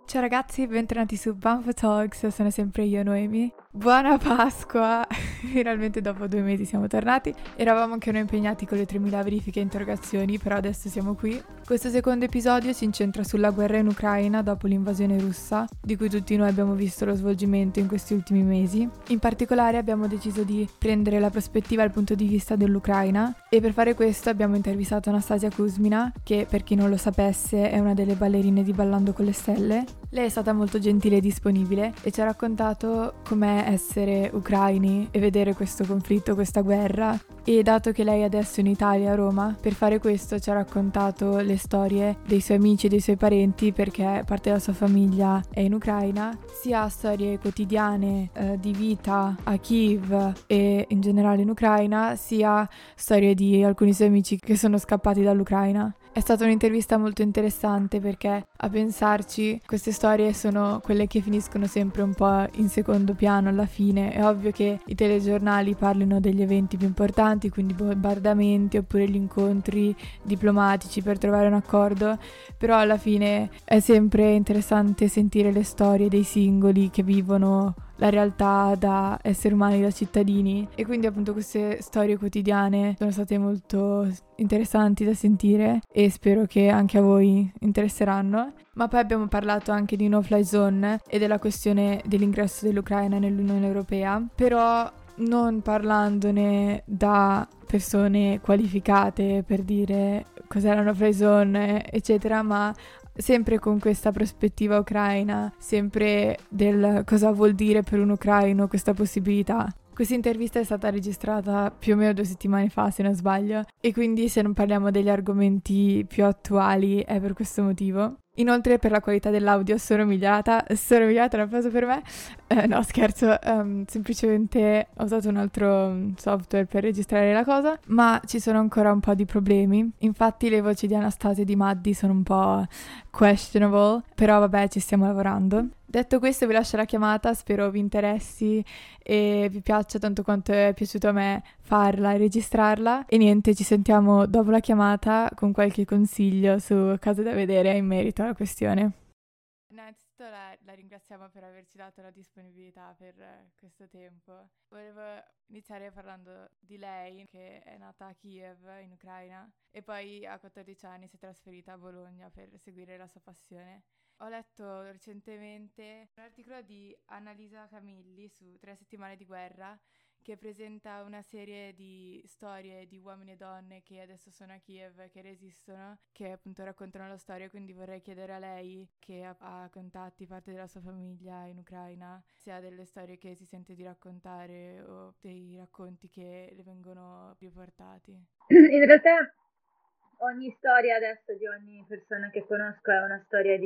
Ciao ragazzi, bentornati su Banff Talks, sono sempre io Noemi. Buona Pasqua! Finalmente dopo 2 mesi siamo tornati. Eravamo anche noi impegnati con le 3000 verifiche e interrogazioni, però adesso siamo qui. Questo secondo episodio si incentra sulla guerra in Ucraina dopo l'invasione russa, di cui tutti noi abbiamo visto lo svolgimento in questi ultimi mesi. In particolare abbiamo deciso di prendere la prospettiva e il punto di vista dell'Ucraina e per fare questo abbiamo intervistato Anastasia Kuzmina, che per chi non lo sapesse è una delle ballerine di Ballando con le Stelle. Lei è stata molto gentile e disponibile e ci ha raccontato com'è essere ucraini e vedere questo conflitto, questa guerra. E dato che lei adesso è in Italia, a Roma, per fare questo ci ha raccontato le storie dei suoi amici e dei suoi parenti, perché parte della sua famiglia è in Ucraina, sia storie quotidiane di vita a Kiev e in generale in Ucraina, sia storie di alcuni suoi amici che sono scappati dall'Ucraina. È stata un'intervista molto interessante perché, a pensarci, queste storie sono quelle che finiscono sempre un po' in secondo piano alla fine. È ovvio che i telegiornali parlino degli eventi più importanti, quindi bombardamenti oppure gli incontri diplomatici per trovare un accordo, però alla fine è sempre interessante sentire le storie dei singoli che vivono la realtà da esseri umani, da cittadini, e quindi appunto queste storie quotidiane sono state molto interessanti da sentire e spero che anche a voi interesseranno. Ma poi abbiamo parlato anche di no-fly zone e della questione dell'ingresso dell'Ucraina nell'Unione Europea, però non parlandone da persone qualificate per dire cos'è la no-fly zone, eccetera, ma sempre con questa prospettiva ucraina, sempre del cosa vuol dire per un ucraino questa possibilità. Questa intervista è stata registrata più o meno 2 settimane fa, se non sbaglio, e quindi se non parliamo degli argomenti più attuali è per questo motivo. Inoltre per la qualità dell'audio sono migliorata, un applauso per me. No, scherzo, semplicemente ho usato un altro software per registrare la cosa, ma ci sono ancora un po' di problemi. Infatti le voci di Anastasia e di Maddi sono un po' questionable, però vabbè, ci stiamo lavorando. Detto questo vi lascio la chiamata, spero vi interessi e vi piaccia tanto quanto è piaciuto a me farla e registrarla. E niente, ci sentiamo dopo la chiamata con qualche consiglio su cose da vedere in merito alla questione. Innanzitutto la ringraziamo per averci dato la disponibilità per questo tempo. Volevo iniziare parlando di lei, che è nata a Kiev, in Ucraina, e poi a 14 anni si è trasferita a Bologna per seguire la sua passione. Ho letto recentemente un articolo di Annalisa Camilli su 3 settimane di guerra che presenta una serie di storie di uomini e donne che adesso sono a Kiev, che resistono, che appunto raccontano la storia, quindi vorrei chiedere a lei, che ha contatti, parte della sua famiglia in Ucraina, se ha delle storie che si sente di raccontare o dei racconti che le vengono riportati. In realtà ogni storia adesso di ogni persona che conosco è una storia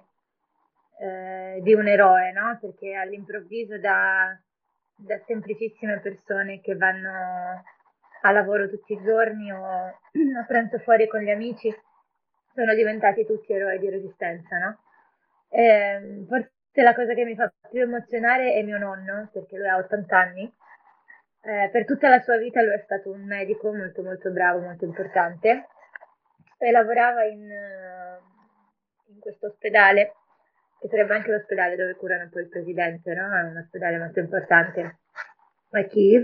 di un eroe, no? Perché all'improvviso da semplicissime persone che vanno a lavoro tutti i giorni o a pranzo fuori con gli amici sono diventati tutti eroi di resistenza, no? Forse la cosa che mi fa più emozionare è mio nonno, perché lui ha 80 anni. Per tutta la sua vita lui è stato un medico molto molto bravo, molto importante e lavorava in questo ospedale, che sarebbe anche l'ospedale dove curano poi il presidente, no? È un ospedale molto importante a Kiev.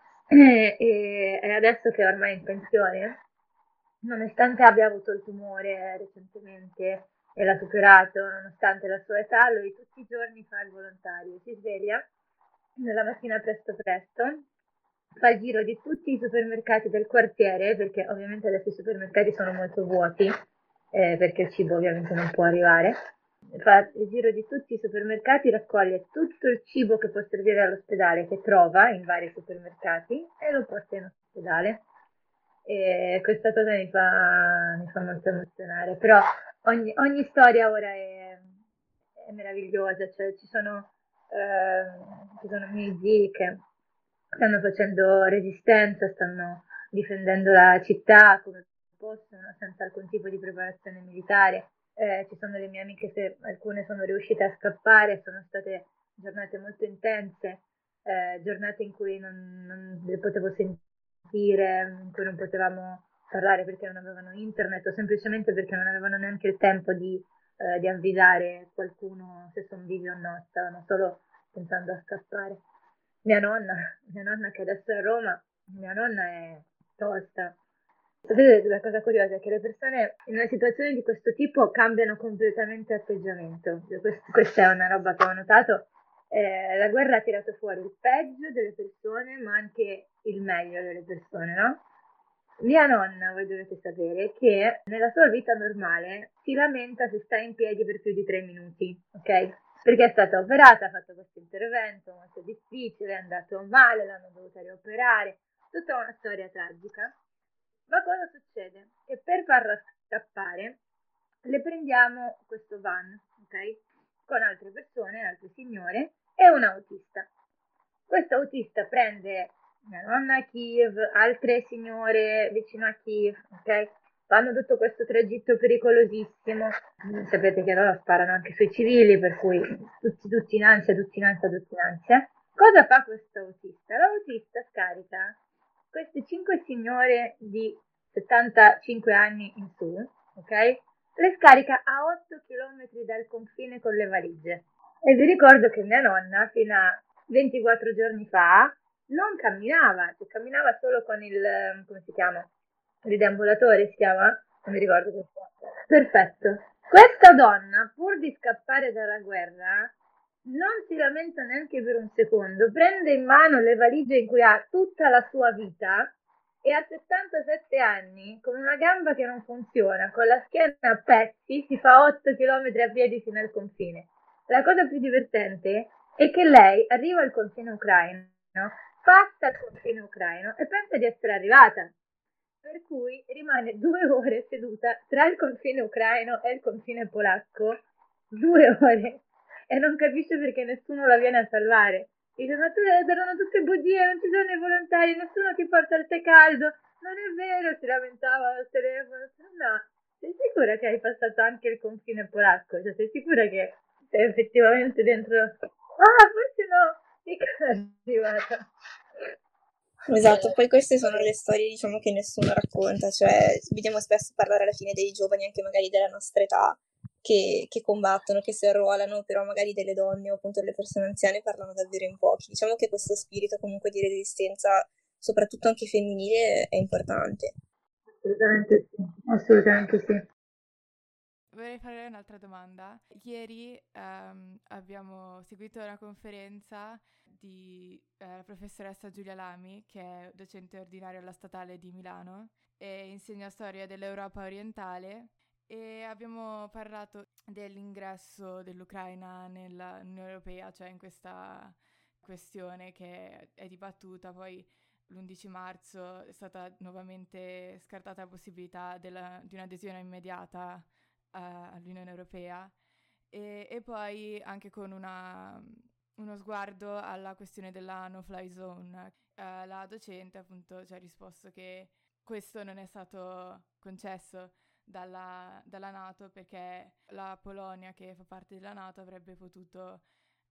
E adesso che è ormai in pensione, nonostante abbia avuto il tumore recentemente e l'ha superato, nonostante la sua età, lui tutti i giorni fa il volontario, si sveglia nella mattina presto presto, fa il giro di tutti i supermercati del quartiere, perché ovviamente adesso i supermercati sono molto vuoti, perché il cibo ovviamente non può arrivare. Fa il giro di tutti i supermercati, raccoglie tutto il cibo che può servire all'ospedale, che trova in vari supermercati, e lo porta in ospedale. E questa cosa mi fa molto emozionare, però ogni storia ora è meravigliosa, cioè ci sono miei zii che stanno facendo resistenza, stanno difendendo la città come possono, senza alcun tipo di preparazione militare. Ci sono le mie amiche, se alcune sono riuscite a scappare, sono state giornate molto intense, giornate in cui non le potevo sentire, in cui non potevamo parlare perché non avevano internet o semplicemente perché non avevano neanche il tempo di di avvisare qualcuno se sono vivi o no, stavano solo pensando a scappare. Mia nonna che adesso è a Roma, mia nonna è tosta. Sapete, la cosa curiosa è che le persone in una situazione di questo tipo cambiano completamente atteggiamento. Questa è una roba che ho notato. La guerra ha tirato fuori il peggio delle persone, ma anche il meglio delle persone, no? Mia nonna, voi dovete sapere, che nella sua vita normale si lamenta se sta in piedi per più di 3 minuti, ok? Perché è stata operata, ha fatto questo intervento molto difficile, è andato male, l'hanno dovuta rioperare, tutta una storia tragica. Ma cosa succede? Che per farla scappare le prendiamo questo van, ok? Con altre persone, altre signore e un autista. Questo autista prende mia nonna a Kiev, altre signore vicino a Kiev, ok? Fanno tutto questo tragitto pericolosissimo. Sapete che loro sparano anche sui civili, per cui tutti in ansia, tutti in ansia, tutti in ansia. Cosa fa questo autista? L'autista scarica queste 5 signore di 75 anni in su, ok? Le scarica a 8 km dal confine con le valigie. E vi ricordo che mia nonna fino a 24 giorni fa non camminava, cioè camminava solo con il, come si chiama? Il deambulatore si chiama? Non mi ricordo come si chiama. Perfetto. Questa donna, pur di scappare dalla guerra, non si lamenta neanche per un secondo, prende in mano le valigie in cui ha tutta la sua vita e a 77 anni, con una gamba che non funziona, con la schiena a pezzi, si fa 8 km a piedi fino al confine. La cosa più divertente è che lei arriva al confine ucraino, passa il confine ucraino e pensa di essere arrivata. Per cui rimane 2 ore seduta tra il confine ucraino e il confine polacco, 2 ore, e non capisce perché nessuno la viene a salvare. Dice, ma tu erano tutte bugie, non ci sono i volontari, nessuno ti porta il tè caldo. Non è vero, si lamentava al telefono. No, sei sicura che hai passato anche il confine polacco? Cioè, sei sicura che sei effettivamente dentro? Ah, forse no, sì che è arrivata. Esatto, poi queste sono le storie, diciamo, che nessuno racconta, cioè vediamo spesso parlare alla fine dei giovani, anche magari della nostra età, che combattono, che si arruolano, però magari delle donne o appunto delle persone anziane parlano davvero in pochi. Diciamo che questo spirito comunque di resistenza, soprattutto anche femminile, è importante. Assolutamente sì, assolutamente sì. Vorrei fare un'altra domanda. Ieri abbiamo seguito una conferenza di la professoressa Giulia Lami, che è docente ordinaria alla Statale di Milano e insegna storia dell'Europa orientale, e abbiamo parlato dell'ingresso dell'Ucraina nell'Unione Europea, cioè in questa questione che è dibattuta. Poi l'11 marzo è stata nuovamente scartata la possibilità di un'adesione immediata all'Unione Europea, e poi anche con uno sguardo alla questione della no-fly zone. La docente appunto ci ha risposto che questo non è stato concesso dalla NATO, perché la Polonia, che fa parte della NATO, avrebbe potuto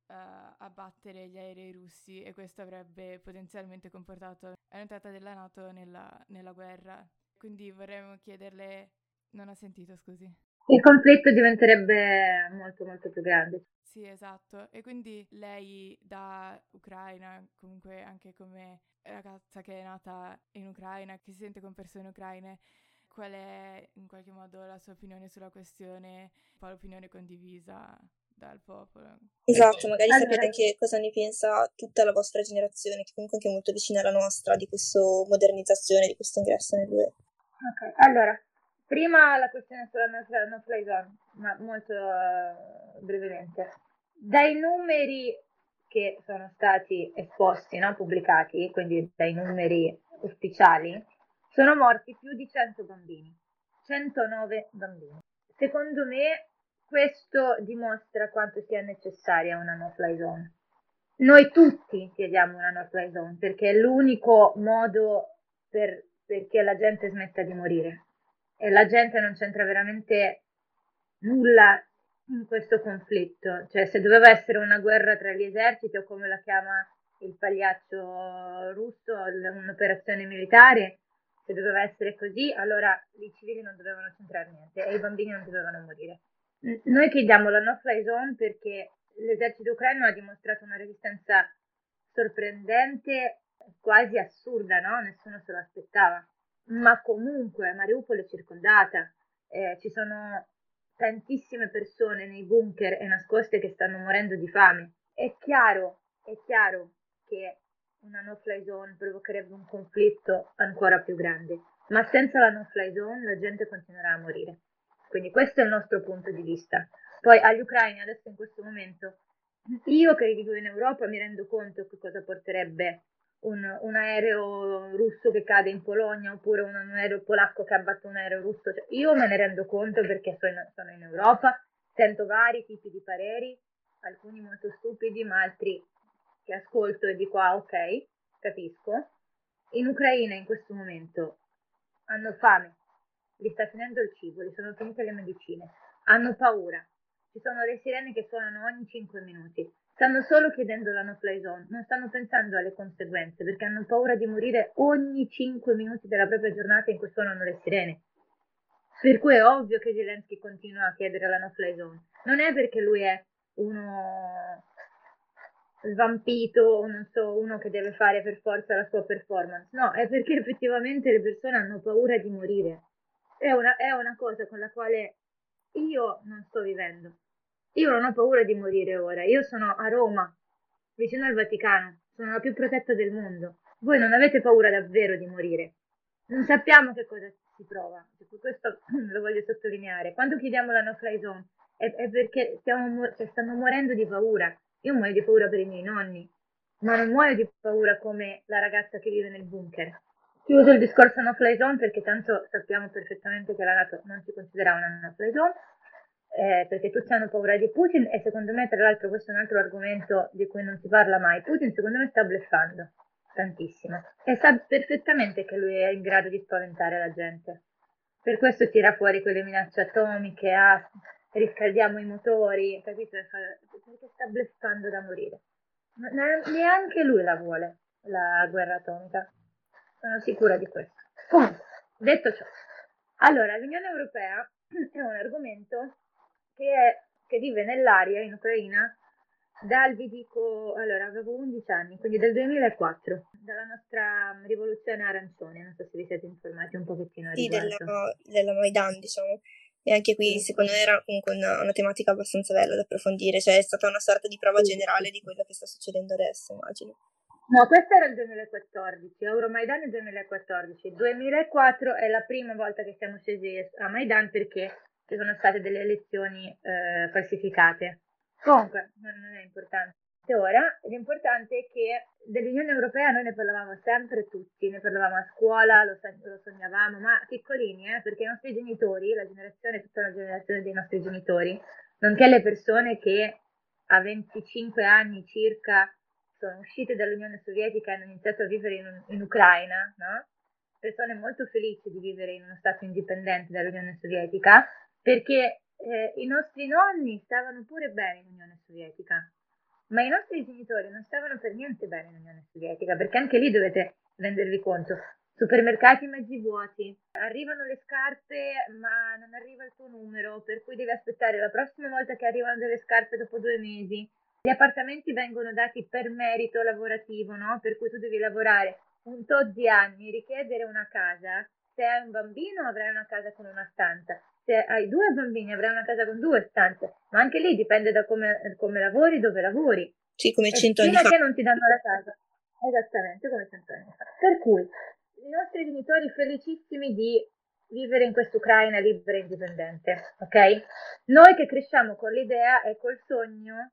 abbattere gli aerei russi, e questo avrebbe potenzialmente comportato un'entrata della NATO nella guerra. Quindi vorremmo chiederle, non ha sentito, scusi. Il conflitto diventerebbe molto molto più grande. Sì, esatto. E quindi lei, da ucraina, comunque anche come ragazza che è nata in Ucraina, che si sente con persone ucraine, qual è in qualche modo la sua opinione sulla questione, un po' l'opinione condivisa dal popolo? Esatto, magari sapete Allora, anche cosa ne pensa tutta la vostra generazione, che comunque è anche molto vicina alla nostra, di questa modernizzazione, di questo ingresso nell'UE. ok, allora, prima la questione sulla no-fly zone, ma molto brevemente. Dai numeri che sono stati esposti, no, pubblicati, quindi dai numeri ufficiali, sono morti più di 100 bambini, 109 bambini. Secondo me questo dimostra quanto sia necessaria una no-fly zone. Noi tutti chiediamo una no-fly zone perché è l'unico modo perché la gente smetta di morire. E la gente non c'entra veramente nulla in questo conflitto. Cioè, se doveva essere una guerra tra gli eserciti, o come la chiama il pagliaccio russo, un'operazione militare, se doveva essere così, allora i civili non dovevano c'entrare niente e i bambini non dovevano morire. Noi chiediamo la no-fly zone perché l'esercito ucraino ha dimostrato una resistenza sorprendente, quasi assurda, no? Nessuno se lo aspettava. Ma comunque Mariupol è circondata, ci sono tantissime persone nei bunker e nascoste che stanno morendo di fame. È chiaro che una no-fly zone provocherebbe un conflitto ancora più grande, ma senza la no-fly zone la gente continuerà a morire. Quindi questo è il nostro punto di vista. Poi agli ucraini adesso in questo momento, io che vivo in Europa mi rendo conto che cosa porterebbe un aereo russo che cade in Polonia oppure un aereo polacco che abbatte un aereo russo. Cioè, io me ne rendo conto perché sono in Europa, sento vari tipi di pareri, alcuni molto stupidi, ma altri che ascolto e dico ah ok, capisco. In Ucraina in questo momento hanno fame, gli sta finendo il cibo, gli sono finite le medicine, hanno paura, ci sono le sirene che suonano ogni 5 minuti, stanno solo chiedendo la no-fly zone, non stanno pensando alle conseguenze perché hanno paura di morire ogni 5 minuti della propria giornata in cui suonano le sirene. Per cui è ovvio che Zelensky continua a chiedere la no-fly zone. Non è perché lui è uno svampito, non so, uno che deve fare per forza la sua performance. No, è perché effettivamente le persone hanno paura di morire. È una cosa con la quale io non sto vivendo. Io non ho paura di morire ora. Io sono a Roma, vicino al Vaticano. Sono la più protetta del mondo. Voi non avete paura davvero di morire. Non sappiamo che cosa si prova. Questo lo voglio sottolineare. Quando chiediamo la no-fly zone è perché cioè, stanno morendo di paura. Io muoio di paura per i miei nonni, ma non muoio di paura come la ragazza che vive nel bunker. Chiuso il discorso no fly zone perché tanto sappiamo perfettamente che la NATO non si considera una no fly zone, perché tutti hanno paura di Putin e secondo me, tra l'altro, questo è un altro argomento di cui non si parla mai. Putin secondo me sta bluffando tantissimo e sa perfettamente che lui è in grado di spaventare la gente. Per questo tira fuori quelle minacce atomiche, riscaldiamo i motori, capito? Perché sta bluffando da morire. Neanche lui la vuole, la guerra atomica. Sono sicura di questo. Comunque, detto ciò, allora l'Unione Europea è un argomento che vive nell'aria in Ucraina vi dico, allora avevo 11 anni, quindi del 2004, dalla nostra rivoluzione arancione, non so se vi siete informati un pochettino a Sì, riguardo. della Maidan, diciamo. E anche qui, Sì, secondo me, era comunque una tematica abbastanza bella da approfondire, cioè è stata una sorta di prova sì, sì. generale di quello che sta succedendo adesso, immagino. No, questo era il 2014, Euromaidan nel 2014. 2004 è la prima volta che siamo scesi a Maidan perché ci sono state delle elezioni falsificate. Comunque, non è importante ora, l'importante è che dell'Unione Europea noi ne parlavamo sempre tutti, ne parlavamo a scuola, lo sognavamo, ma piccolini, perché i nostri genitori, la generazione, tutta la generazione dei nostri genitori, nonché le persone che a 25 anni circa sono uscite dall'Unione Sovietica e hanno iniziato a vivere in Ucraina, no? Persone molto felici di vivere in uno stato indipendente dall'Unione Sovietica, perché i nostri nonni stavano pure bene in Unione Sovietica, ma i nostri genitori non stavano per niente bene in Unione Sovietica, perché anche lì dovete rendervi conto, supermercati mezzi vuoti, arrivano le scarpe ma non arriva il tuo numero, per cui devi aspettare la prossima volta che arrivano delle scarpe dopo 2 mesi. Gli appartamenti vengono dati per merito lavorativo, no? Per cui tu devi lavorare un tot di anni, richiedere una casa. Se hai un bambino avrai una casa con una stanza, se hai 2 bambini avrai una casa con 2 stanze, ma anche lì dipende da come lavori, dove lavori. Sì, come E 100 anni fino a fa. che non ti danno la casa, esattamente come 100 anni fa. Per cui i nostri genitori felicissimi di vivere in quest'Ucraina libera e indipendente, ok? Noi che cresciamo con l'idea e col sogno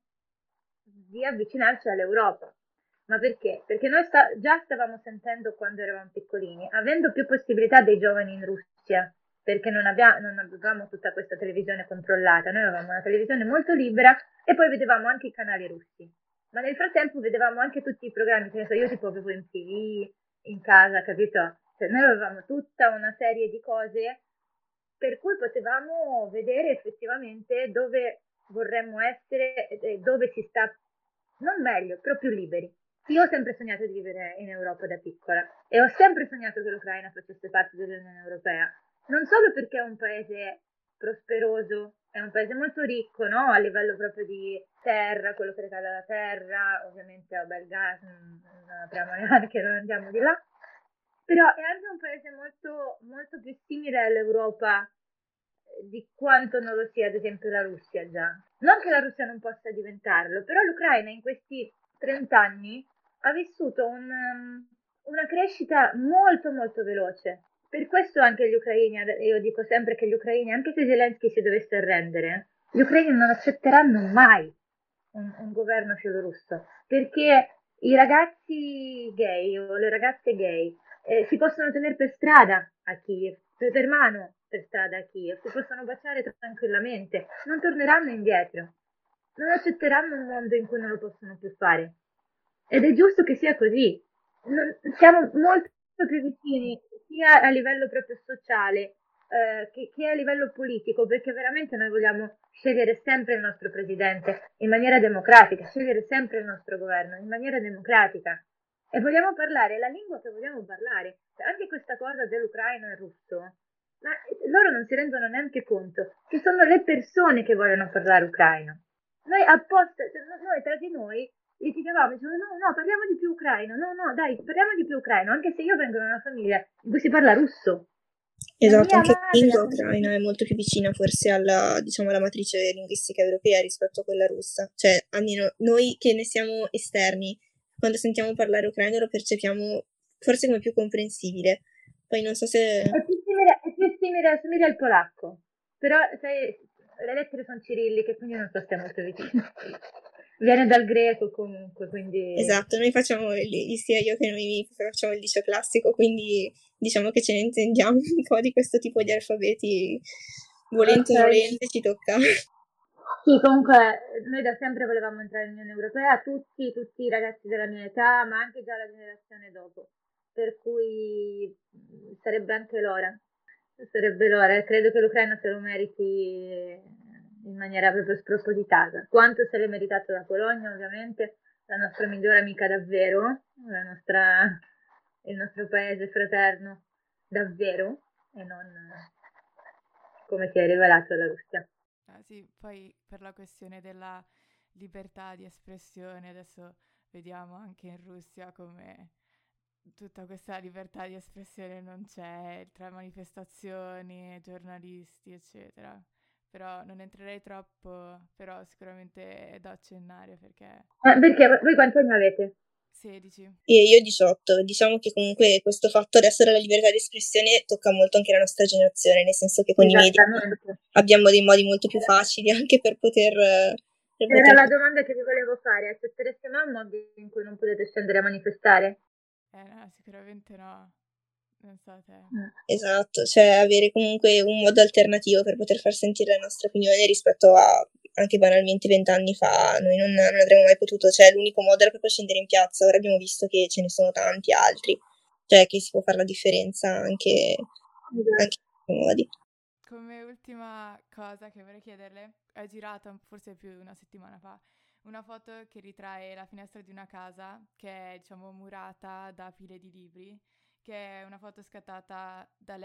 di avvicinarci all'Europa. Ma perché? Perché noi già stavamo sentendo quando eravamo piccolini, avendo più possibilità dei giovani in Russia, perché non avevamo tutta questa televisione controllata, noi avevamo una televisione molto libera e poi vedevamo anche i canali russi. Ma nel frattempo vedevamo anche tutti i programmi, che ne so, io tipo avevo MTV in casa, capito? Cioè, noi avevamo tutta una serie di cose per cui potevamo vedere effettivamente dove vorremmo essere, dove si sta, non meglio, però più liberi. Io ho sempre sognato di vivere in Europa da piccola e ho sempre sognato che l'Ucraina facesse parte dell'Unione Europea, non solo perché è un paese prosperoso, è un paese molto ricco, no? A livello proprio di terra, quello che regala la terra, ovviamente vabbè, il gas, non apriamo neanche, non andiamo di là, però è anche un paese molto, molto più simile all'Europa di quanto non lo sia ad esempio la Russia già. Non che la Russia non possa diventarlo, però l'Ucraina in questi 30 anni ha vissuto una crescita molto molto veloce. Per questo anche gli ucraini, io dico sempre che gli ucraini, anche se Zelensky si dovesse arrendere, gli ucraini non accetteranno mai un governo filorusso, perché i ragazzi gay o le ragazze gay si possono tenere per strada a Kiev, per mano per strada a Kiev, si possono baciare tranquillamente, non torneranno indietro, non accetteranno un mondo in cui non lo possono più fare. Ed è giusto che sia così. Siamo molto più vicini sia a livello proprio sociale che a livello politico, perché veramente noi vogliamo scegliere sempre il nostro presidente in maniera democratica, scegliere sempre il nostro governo in maniera democratica. E vogliamo parlare la lingua che vogliamo parlare. Cioè, anche questa cosa dell'ucraino e il russo, ma loro non si rendono neanche conto che sono le persone che vogliono parlare ucraino. Noi apposta, cioè, noi tra di noi litigavamo, dicevamo no, parliamo di più ucraino, no, dai, parliamo di più ucraino, anche se io vengo da una famiglia in cui si parla russo. La Esatto, mia anche la madre, lingua ucraina è molto più vicina forse alla, diciamo, alla matrice linguistica europea rispetto a quella russa. Cioè, almeno noi che ne siamo esterni, quando sentiamo parlare ucraino lo percepiamo forse come più comprensibile. Poi non so se... assomiglia al polacco, però sai, le lettere sono cirilliche, quindi non so se è molto vicino. Viene dal greco comunque, quindi... Esatto, noi facciamo sia io che noi facciamo il liceo classico, quindi diciamo che ce ne intendiamo un po' di questo tipo di alfabeti, volente o Ok. nolente ci tocca. Sì, comunque noi da sempre volevamo entrare nell'Unione Europea, tutti i ragazzi della mia età, ma anche già la generazione dopo, per cui sarebbe anche l'ora, sarebbe l'ora, e credo che l'Ucraina se lo meriti in maniera proprio spropositata, quanto se l'è meritato la Polonia ovviamente, la nostra migliore amica davvero, il nostro paese fraterno davvero, e non come si è rivelato la Russia. Ah, sì, poi per la questione della libertà di espressione, adesso vediamo anche in Russia come tutta questa libertà di espressione non c'è tra manifestazioni, giornalisti, eccetera. Però non entrerei troppo, però sicuramente è da accennare perché Perché voi quanti anni avete? 16. E io 18, diciamo che comunque questo fatto adesso della libertà di espressione tocca molto anche la nostra generazione, nel senso che con i media Esattamente. abbiamo dei modi molto più facili anche per Era poter... la domanda che vi volevo fare, accettereste mai un mondo in cui non potete scendere a manifestare? No, sicuramente no. Non so te. Esatto, cioè avere comunque un modo alternativo per poter far sentire la nostra opinione rispetto a anche banalmente 20 anni fa, noi non avremmo mai potuto, cioè l'unico modo era proprio scendere in piazza, ora abbiamo visto che ce ne sono tanti altri, cioè che si può fare la differenza anche in Esatto. questi modi. Come ultima cosa che vorrei chiederle, è girata forse più di una settimana fa una foto che ritrae la finestra di una casa che è, diciamo, murata da pile di libri, che è una foto scattata da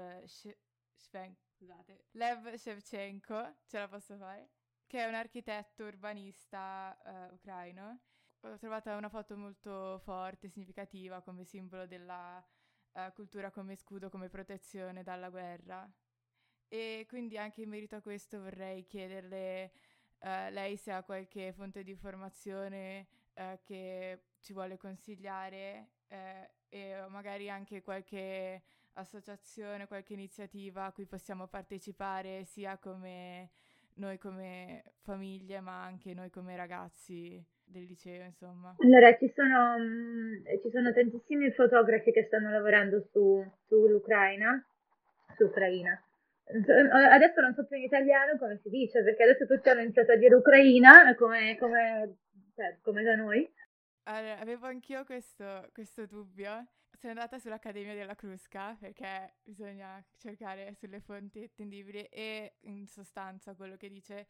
Lev Shevchenko, ce la posso fare? Che è un architetto urbanista ucraino. Ho trovato una foto molto forte, significativa, come simbolo della cultura, come scudo, come protezione dalla guerra. E quindi anche in merito a questo vorrei chiederle lei se ha qualche fonte di informazione che ci vuole consigliare e magari anche qualche associazione, qualche iniziativa a cui possiamo partecipare sia come noi come famiglie ma anche noi come ragazzi del liceo, insomma. Allora, ci sono tantissimi fotografi che stanno lavorando sull'Ucraina, su Ucraina. Adesso non so più in italiano come si dice, perché adesso tutti hanno iniziato a dire Ucraina, cioè, come da noi. Allora, avevo anch'io questo dubbio. Sono andata sull'Accademia della Crusca perché bisogna cercare sulle fonti attendibili e in sostanza quello che dice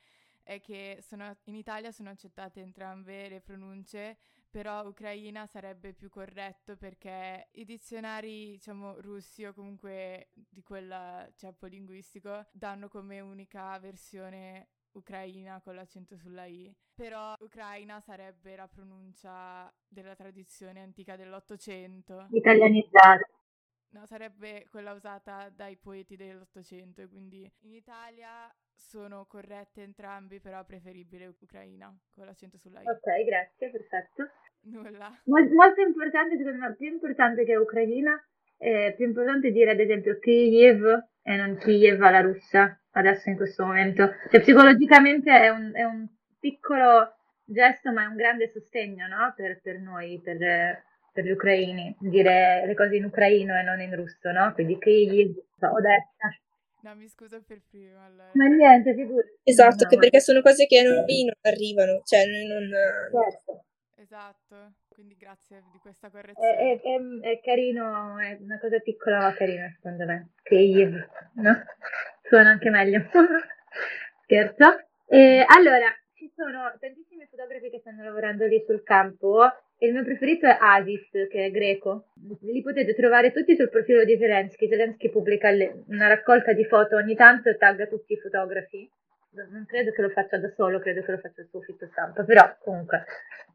è che in Italia sono accettate entrambe le pronunce, però Ucraina sarebbe più corretto perché i dizionari, diciamo, russi o comunque di quel ceppo linguistico danno come unica versione Ucraina con l'accento sulla I, però Ucraina sarebbe la pronuncia della tradizione antica dell'Ottocento. Italianizzato. No, sarebbe quella usata dai poeti dell'Ottocento e quindi in Italia sono corrette entrambi, però preferibile Ucraina con l'accento sulla I. Ok, grazie, perfetto. Nulla. Molto importante, secondo me, più importante che Ucraina, più importante dire ad esempio Kiev e non Kiev alla russa, adesso in questo momento. Cioè, psicologicamente è un piccolo gesto, ma è un grande sostegno, no? Per noi, per gli ucraini, dire le cose in ucraino e non in russo, no? Quindi Kiev, Odessa. No, mi scuso per prima allora. Ma niente, figurati. Esatto, No, che ma perché sono cose che a noi non arrivano, cioè noi non... certo. Esatto, quindi grazie di questa È, correzione. è- è carino, è una cosa piccola ma carina secondo me. Kiev, no? Suona anche meglio. Scherzo. Allora, ci sono tantissimi fotografi che stanno lavorando lì sul campo e il mio preferito è Asis, che è greco. Li potete trovare tutti sul profilo di Zelensky. Zelensky pubblica una raccolta di foto ogni tanto e tagga tutti i fotografi. Non credo che lo faccia da solo, credo che lo faccia il suo ufficio stampa, però comunque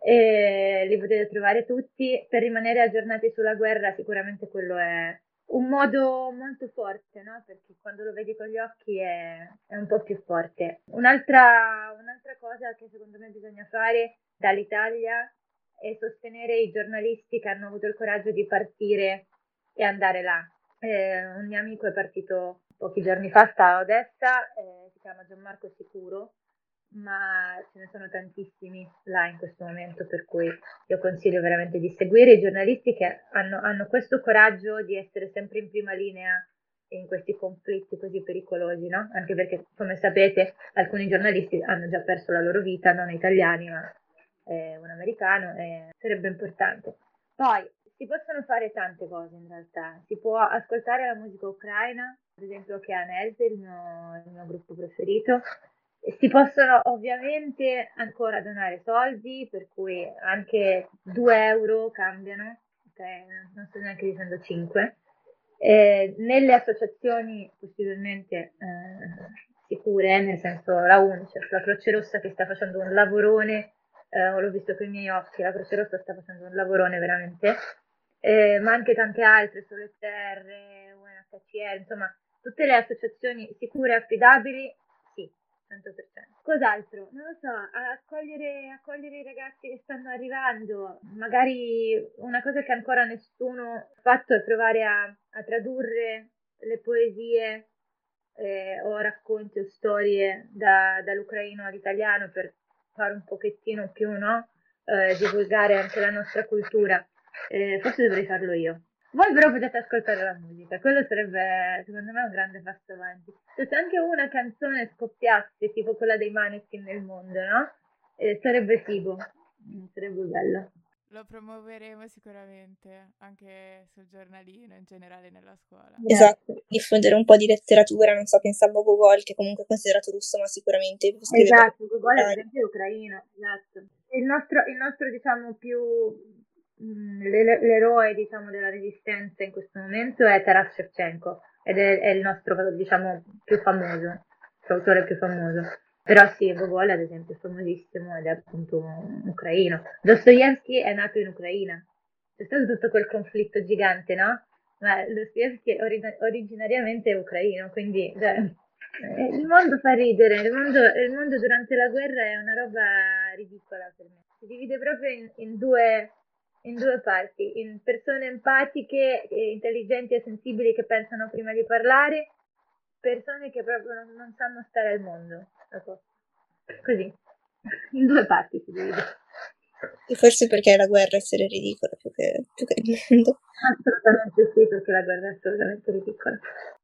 li potete trovare tutti. Per rimanere aggiornati sulla guerra sicuramente quello è un modo molto forte, no? Perché quando lo vedi con gli occhi è un po' più forte. Un'altra cosa che secondo me bisogna fare dall'Italia è sostenere i giornalisti che hanno avuto il coraggio di partire e andare là. Un mio amico è partito pochi giorni fa, sta a Odessa, si chiama Gianmarco Sicuro, ma ce ne sono tantissimi là in questo momento, per cui io consiglio veramente di seguire i giornalisti che hanno questo coraggio di essere sempre in prima linea in questi conflitti così pericolosi, no? Anche perché, come sapete, alcuni giornalisti hanno già perso la loro vita, non italiani, ma un americano, e sarebbe importante. Poi si possono fare tante cose in realtà, si può ascoltare la musica ucraina, ad esempio che è Anelse, il mio gruppo preferito, e si possono ovviamente ancora donare soldi, per cui anche 2 euro cambiano, ok? Non sto neanche dicendo 5. Nelle associazioni possibilmente sicure, nel senso la UNICEF, la Croce Rossa che sta facendo un lavorone, l'ho visto con i miei occhi, la Croce Rossa sta facendo un lavorone veramente, ma anche tante altre, Sole Terre, UNHCR, insomma, tutte le associazioni sicure e affidabili, sì, 100%. Cos'altro? Non lo so, accogliere i ragazzi che stanno arrivando, magari una cosa che ancora nessuno ha fatto è provare a tradurre le poesie o racconti o storie dall'ucraino all'italiano per fare un pochettino più, no? Divulgare anche la nostra cultura. Forse dovrei farlo io. Voi però potete ascoltare la musica, quello sarebbe secondo me un grande passo avanti. Se anche una canzone scoppiasse, tipo quella dei Maneskin nel mondo, no? Sarebbe figo, sarebbe bello. Lo promuoveremo sicuramente anche sul giornalino, in generale nella scuola. Esatto, diffondere un po' di letteratura, non so, pensavo a Gogol, che comunque è considerato russo, ma sicuramente scrive Esatto, Gogol ad bene. esempio è ucraino, esatto. Il nostro diciamo più l'eroe diciamo della resistenza in questo momento è Taras Shevchenko ed è il nostro diciamo più famoso, l'autore più famoso. Però sì, Gogol ad esempio è famosissimo ed è appunto un ucraino. Dostoevsky è nato in Ucraina. C'è stato tutto quel conflitto gigante, no? Ma Dostoevsky originariamente è ucraino, quindi cioè, il mondo fa ridere, il mondo durante la guerra è una roba ridicola per me. Si divide proprio in due parti, in persone empatiche, intelligenti e sensibili che pensano prima di parlare, persone che proprio non sanno stare al mondo. Ecco. Così, in due parti si divide. E forse perché la guerra essere ridicola più che il mondo. Assolutamente sì, perché la guerra è assolutamente ridicola. Sì,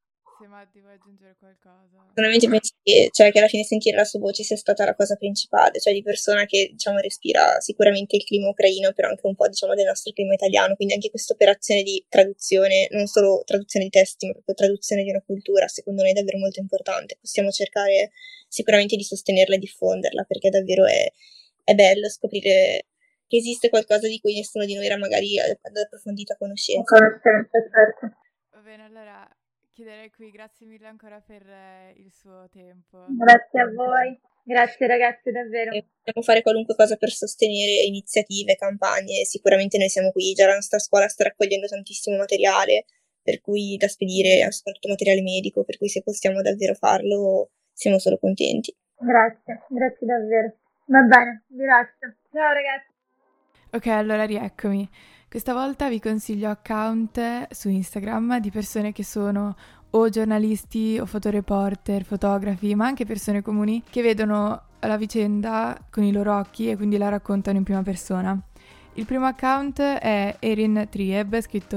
Grazie Matti, vuoi aggiungere qualcosa? Personalmente penso che alla fine sentire la sua voce sia stata la cosa principale, cioè di persona che diciamo respira sicuramente il clima ucraino, però anche un po' diciamo del nostro clima italiano, quindi anche questa operazione di traduzione, non solo traduzione di testi, ma proprio traduzione di una cultura, secondo me è davvero molto importante. Possiamo cercare sicuramente di sostenerla e diffonderla, perché davvero è bello scoprire che esiste qualcosa di cui nessuno di noi era magari ad approfondita conoscenza. Certo. Va bene, allora chiuderei qui. Grazie mille ancora per il suo tempo. Grazie a voi. Grazie ragazzi, davvero. E possiamo fare qualunque cosa per sostenere iniziative, campagne, sicuramente noi siamo qui, già la nostra scuola sta raccogliendo tantissimo materiale, per cui da spedire, soprattutto materiale medico, per cui se possiamo davvero farlo siamo solo contenti. Grazie davvero. Va bene, vi lascio. Ciao ragazzi. Ok, allora rieccomi. Questa volta vi consiglio account su Instagram di persone che sono o giornalisti o fotoreporter, fotografi, ma anche persone comuni che vedono la vicenda con i loro occhi e quindi la raccontano in prima persona. Il primo account è Erin Trieb, scritto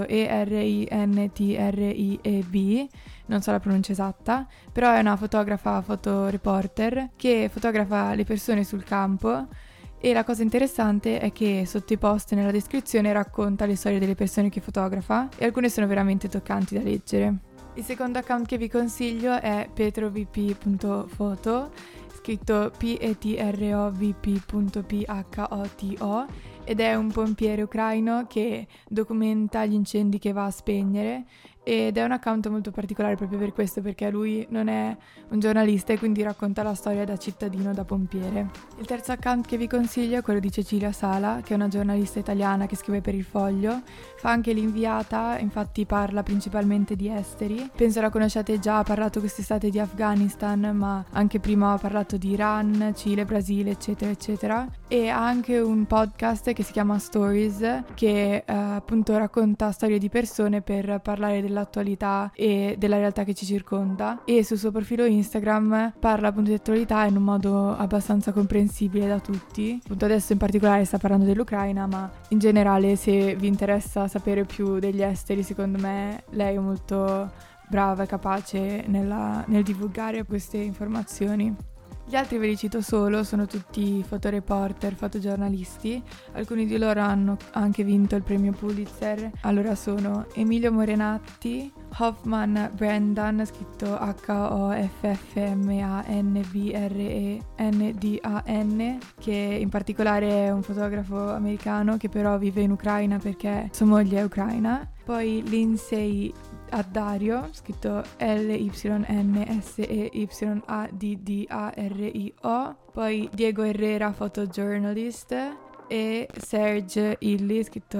Erintrieb, non so la pronuncia esatta, però è una fotografa, fotoreporter che fotografa le persone sul campo. E la cosa interessante è che sotto i post nella descrizione racconta le storie delle persone che fotografa e alcune sono veramente toccanti da leggere. Il secondo account che vi consiglio è petrovp.photo, scritto petrovp.photo, ed è un pompiere ucraino che documenta gli incendi che va a spegnere ed è un account molto particolare proprio per questo, perché lui non è un giornalista e quindi racconta la storia da cittadino, da pompiere. Il terzo account che vi consiglio è quello di Cecilia Sala, che è una giornalista italiana che scrive per Il Foglio, fa anche l'inviata, infatti parla principalmente di esteri. Penso la conosciate già, ha parlato quest'estate di Afghanistan, ma anche prima ha parlato di Iran, Cile, Brasile, eccetera, eccetera. E ha anche un podcast che si chiama Stories, che appunto racconta storie di persone per parlare dell'attualità e della realtà che ci circonda, e sul suo profilo Instagram parla appunto di attualità in un modo abbastanza comprensibile da tutti. Appunto adesso in particolare sta parlando dell'Ucraina, ma in generale se vi interessa sapere più degli esteri, secondo me lei è molto brava e capace nel divulgare queste informazioni. Gli altri ve li cito solo, sono tutti fotoreporter, fotogiornalisti, alcuni di loro hanno anche vinto il premio Pulitzer. Allora sono Emilio Morenatti, Hoffman Brendan, scritto Hoffmanbrendan, che in particolare è un fotografo americano che però vive in Ucraina perché sua moglie è ucraina. Poi Lindsay Addario, scritto Lynseyaddario, poi Diego Herrera, photojournalist, e Serge Illy, scritto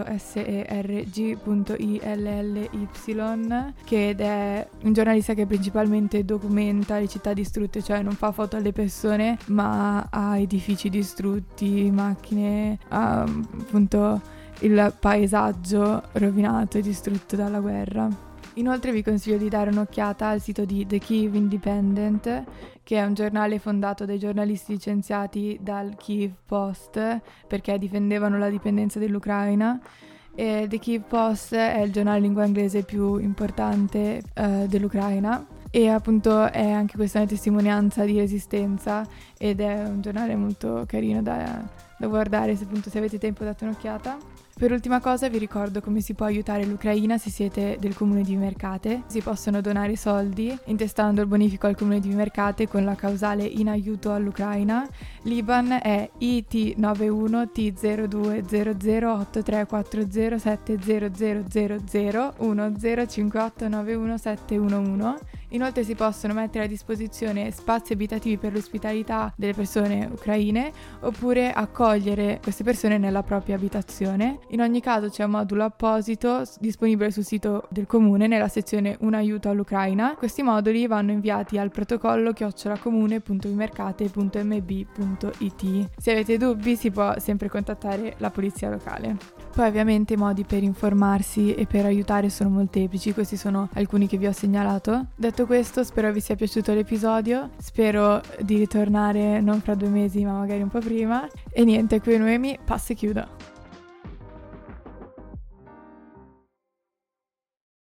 Serg.illy, che è un giornalista che principalmente documenta le città distrutte, cioè non fa foto alle persone ma a edifici distrutti, macchine, appunto il paesaggio rovinato e distrutto dalla guerra. Inoltre vi consiglio di dare un'occhiata al sito di The Kyiv Independent, che è un giornale fondato dai giornalisti licenziati dal Kyiv Post perché difendevano la dipendenza dell'Ucraina. E The Kyiv Post è il giornale in lingua inglese più importante dell'Ucraina, e appunto è anche questa una testimonianza di resistenza ed è un giornale molto carino da guardare, se appunto se avete tempo date un'occhiata. Per ultima cosa vi ricordo come si può aiutare l'Ucraina se siete del comune di Vimercate. Si possono donare soldi intestando il bonifico al comune di Vimercate con la causale In aiuto all'Ucraina. L'IBAN è IT91T020080340700001058911711. Inoltre si possono mettere a disposizione spazi abitativi per l'ospitalità delle persone ucraine oppure accogliere queste persone nella propria abitazione. In ogni caso c'è un modulo apposito disponibile sul sito del comune nella sezione Un aiuto all'Ucraina. Questi moduli vanno inviati al protocollo@comune.vimercate.mb.it. Se avete dubbi si può sempre contattare la polizia locale. Poi ovviamente i modi per informarsi e per aiutare sono molteplici, questi sono alcuni che vi ho segnalato. Detto questo, spero vi sia piaciuto l'episodio, spero di ritornare non fra 2 mesi ma magari un po' prima. E niente, qui Noemi, passo e chiudo.